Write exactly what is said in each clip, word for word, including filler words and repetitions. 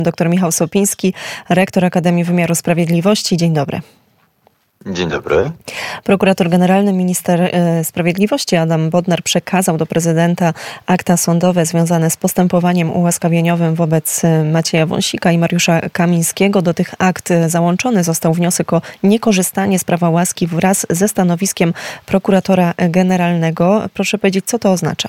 Doktor Michał Sopiński, rektor Akademii Wymiaru Sprawiedliwości. Dzień dobry. Dzień dobry. Prokurator generalny, minister sprawiedliwości Adam Bodnar przekazał do prezydenta akta sądowe związane z postępowaniem ułaskawieniowym wobec Macieja Wąsika i Mariusza Kamińskiego. Do tych akt załączony został wniosek o niekorzystanie z prawa łaski wraz ze stanowiskiem prokuratora generalnego. Proszę powiedzieć, co to oznacza?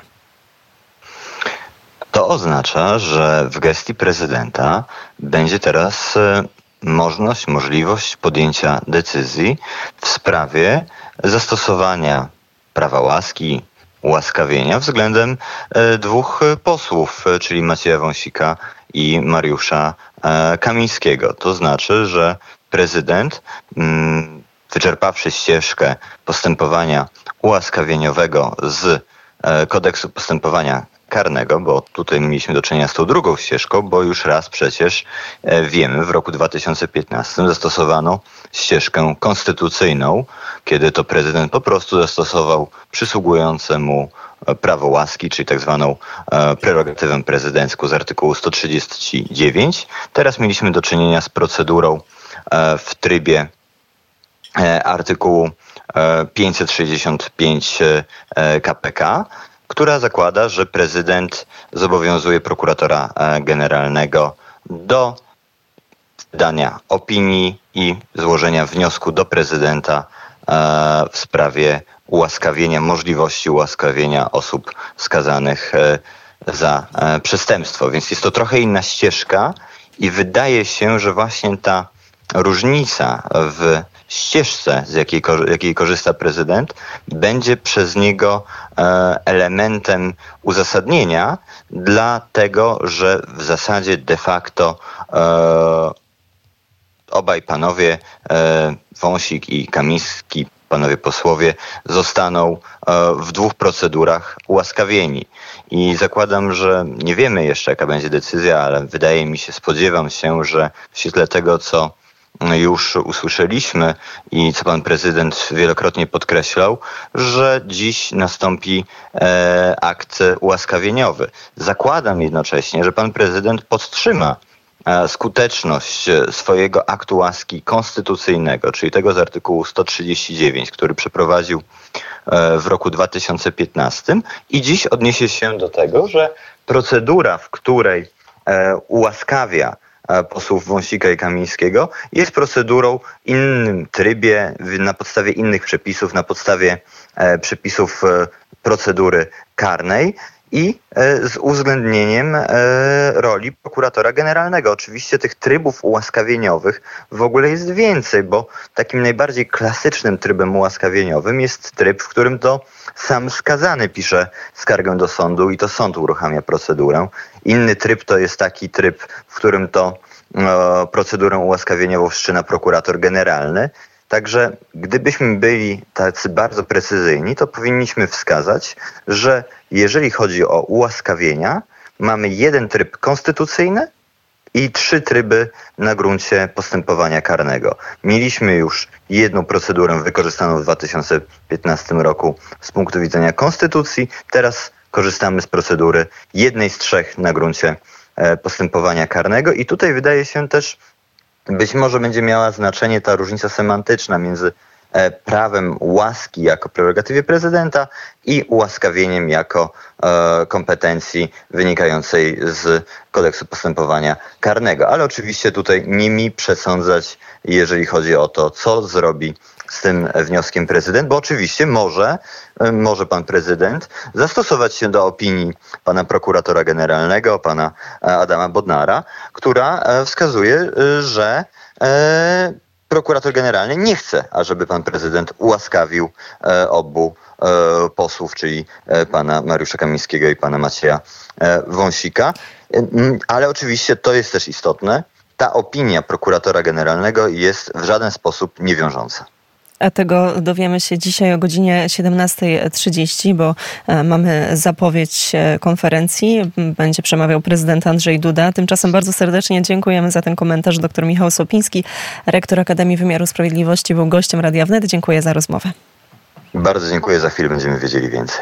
To oznacza, że w gestii prezydenta będzie teraz możliwość, możliwość podjęcia decyzji w sprawie zastosowania prawa łaski, ułaskawienia względem dwóch posłów, czyli Macieja Wąsika i Mariusza Kamińskiego. To znaczy, że prezydent, wyczerpawszy ścieżkę postępowania ułaskawieniowego z kodeksu postępowania karnego, bo tutaj mieliśmy do czynienia z tą drugą ścieżką, bo już raz przecież wiemy, w roku dwa tysiące piętnastym zastosowano ścieżkę konstytucyjną, kiedy to prezydent po prostu zastosował przysługujące mu prawo łaski, czyli tak zwaną prerogatywę prezydencką z artykułu sto trzydzieści dziewięć. Teraz mieliśmy do czynienia z procedurą w trybie artykułu pięćset sześćdziesiąt pięć k p k, która zakłada, że prezydent zobowiązuje prokuratora generalnego do wydania opinii i złożenia wniosku do prezydenta w sprawie ułaskawienia, możliwości ułaskawienia osób skazanych za przestępstwo. Więc jest to trochę inna ścieżka i wydaje się, że właśnie ta różnica w ścieżce, z jakiej, jakiej korzysta prezydent, będzie przez niego elementem uzasadnienia, dlatego że w zasadzie de facto obaj panowie, Wąsik i Kamiński, panowie posłowie, zostaną w dwóch procedurach ułaskawieni. I zakładam, że nie wiemy jeszcze, jaka będzie decyzja, ale wydaje mi się, spodziewam się, że w świetle tego, co już usłyszeliśmy i co pan prezydent wielokrotnie podkreślał, że dziś nastąpi e, akt ułaskawieniowy. Zakładam jednocześnie, że pan prezydent podtrzyma e, skuteczność swojego aktu łaski konstytucyjnego, czyli tego z artykułu sto trzydzieści dziewięć, który przeprowadził e, w roku dwa tysiące piętnastym i dziś odniesie się do tego, że procedura, w której e, ułaskawia posłów Wąsika i Kamińskiego, jest procedurą w innym trybie, na podstawie innych przepisów, na podstawie e, przepisów e, procedury karnej i e, z uwzględnieniem e, roli prokuratora generalnego. Oczywiście tych trybów ułaskawieniowych w ogóle jest więcej, bo takim najbardziej klasycznym trybem ułaskawieniowym jest tryb, w którym to sam skazany pisze skargę do sądu i to sąd uruchamia procedurę. Inny tryb to jest taki tryb, w którym to e, procedurę ułaskawieniową wszczyna prokurator generalny. Także gdybyśmy byli tacy bardzo precyzyjni, to powinniśmy wskazać, że jeżeli chodzi o ułaskawienia, mamy jeden tryb konstytucyjny i trzy tryby na gruncie postępowania karnego. Mieliśmy już jedną procedurę wykorzystaną w dwa tysiące piętnastym roku z punktu widzenia konstytucji. Teraz korzystamy z procedury jednej z trzech na gruncie postępowania karnego i tutaj wydaje się też, być może będzie miała znaczenie ta różnica semantyczna między prawem łaski jako prerogatywie prezydenta i ułaskawieniem jako e, kompetencji wynikającej z kodeksu postępowania karnego. Ale oczywiście tutaj nie mi przesądzać, jeżeli chodzi o to, co zrobi z tym wnioskiem prezydent, bo oczywiście może, może pan prezydent zastosować się do opinii pana prokuratora generalnego, pana Adama Bodnara, która wskazuje, że e, prokurator generalny nie chce, ażeby pan prezydent ułaskawił e, obu e, posłów, czyli e, pana Mariusza Kamińskiego i pana Macieja e, Wąsika. E, ale oczywiście to jest też istotne. Ta opinia prokuratora generalnego jest w żaden sposób niewiążąca. A tego dowiemy się dzisiaj o godzinie siedemnasta trzydzieści, bo mamy zapowiedź konferencji. Będzie przemawiał prezydent Andrzej Duda. Tymczasem bardzo serdecznie dziękujemy za ten komentarz. Doktor Michał Sopiński, rektor Akademii Wymiaru Sprawiedliwości, był gościem Radia Wnet. Dziękuję za rozmowę. Bardzo dziękuję. Za chwilę będziemy wiedzieli więcej.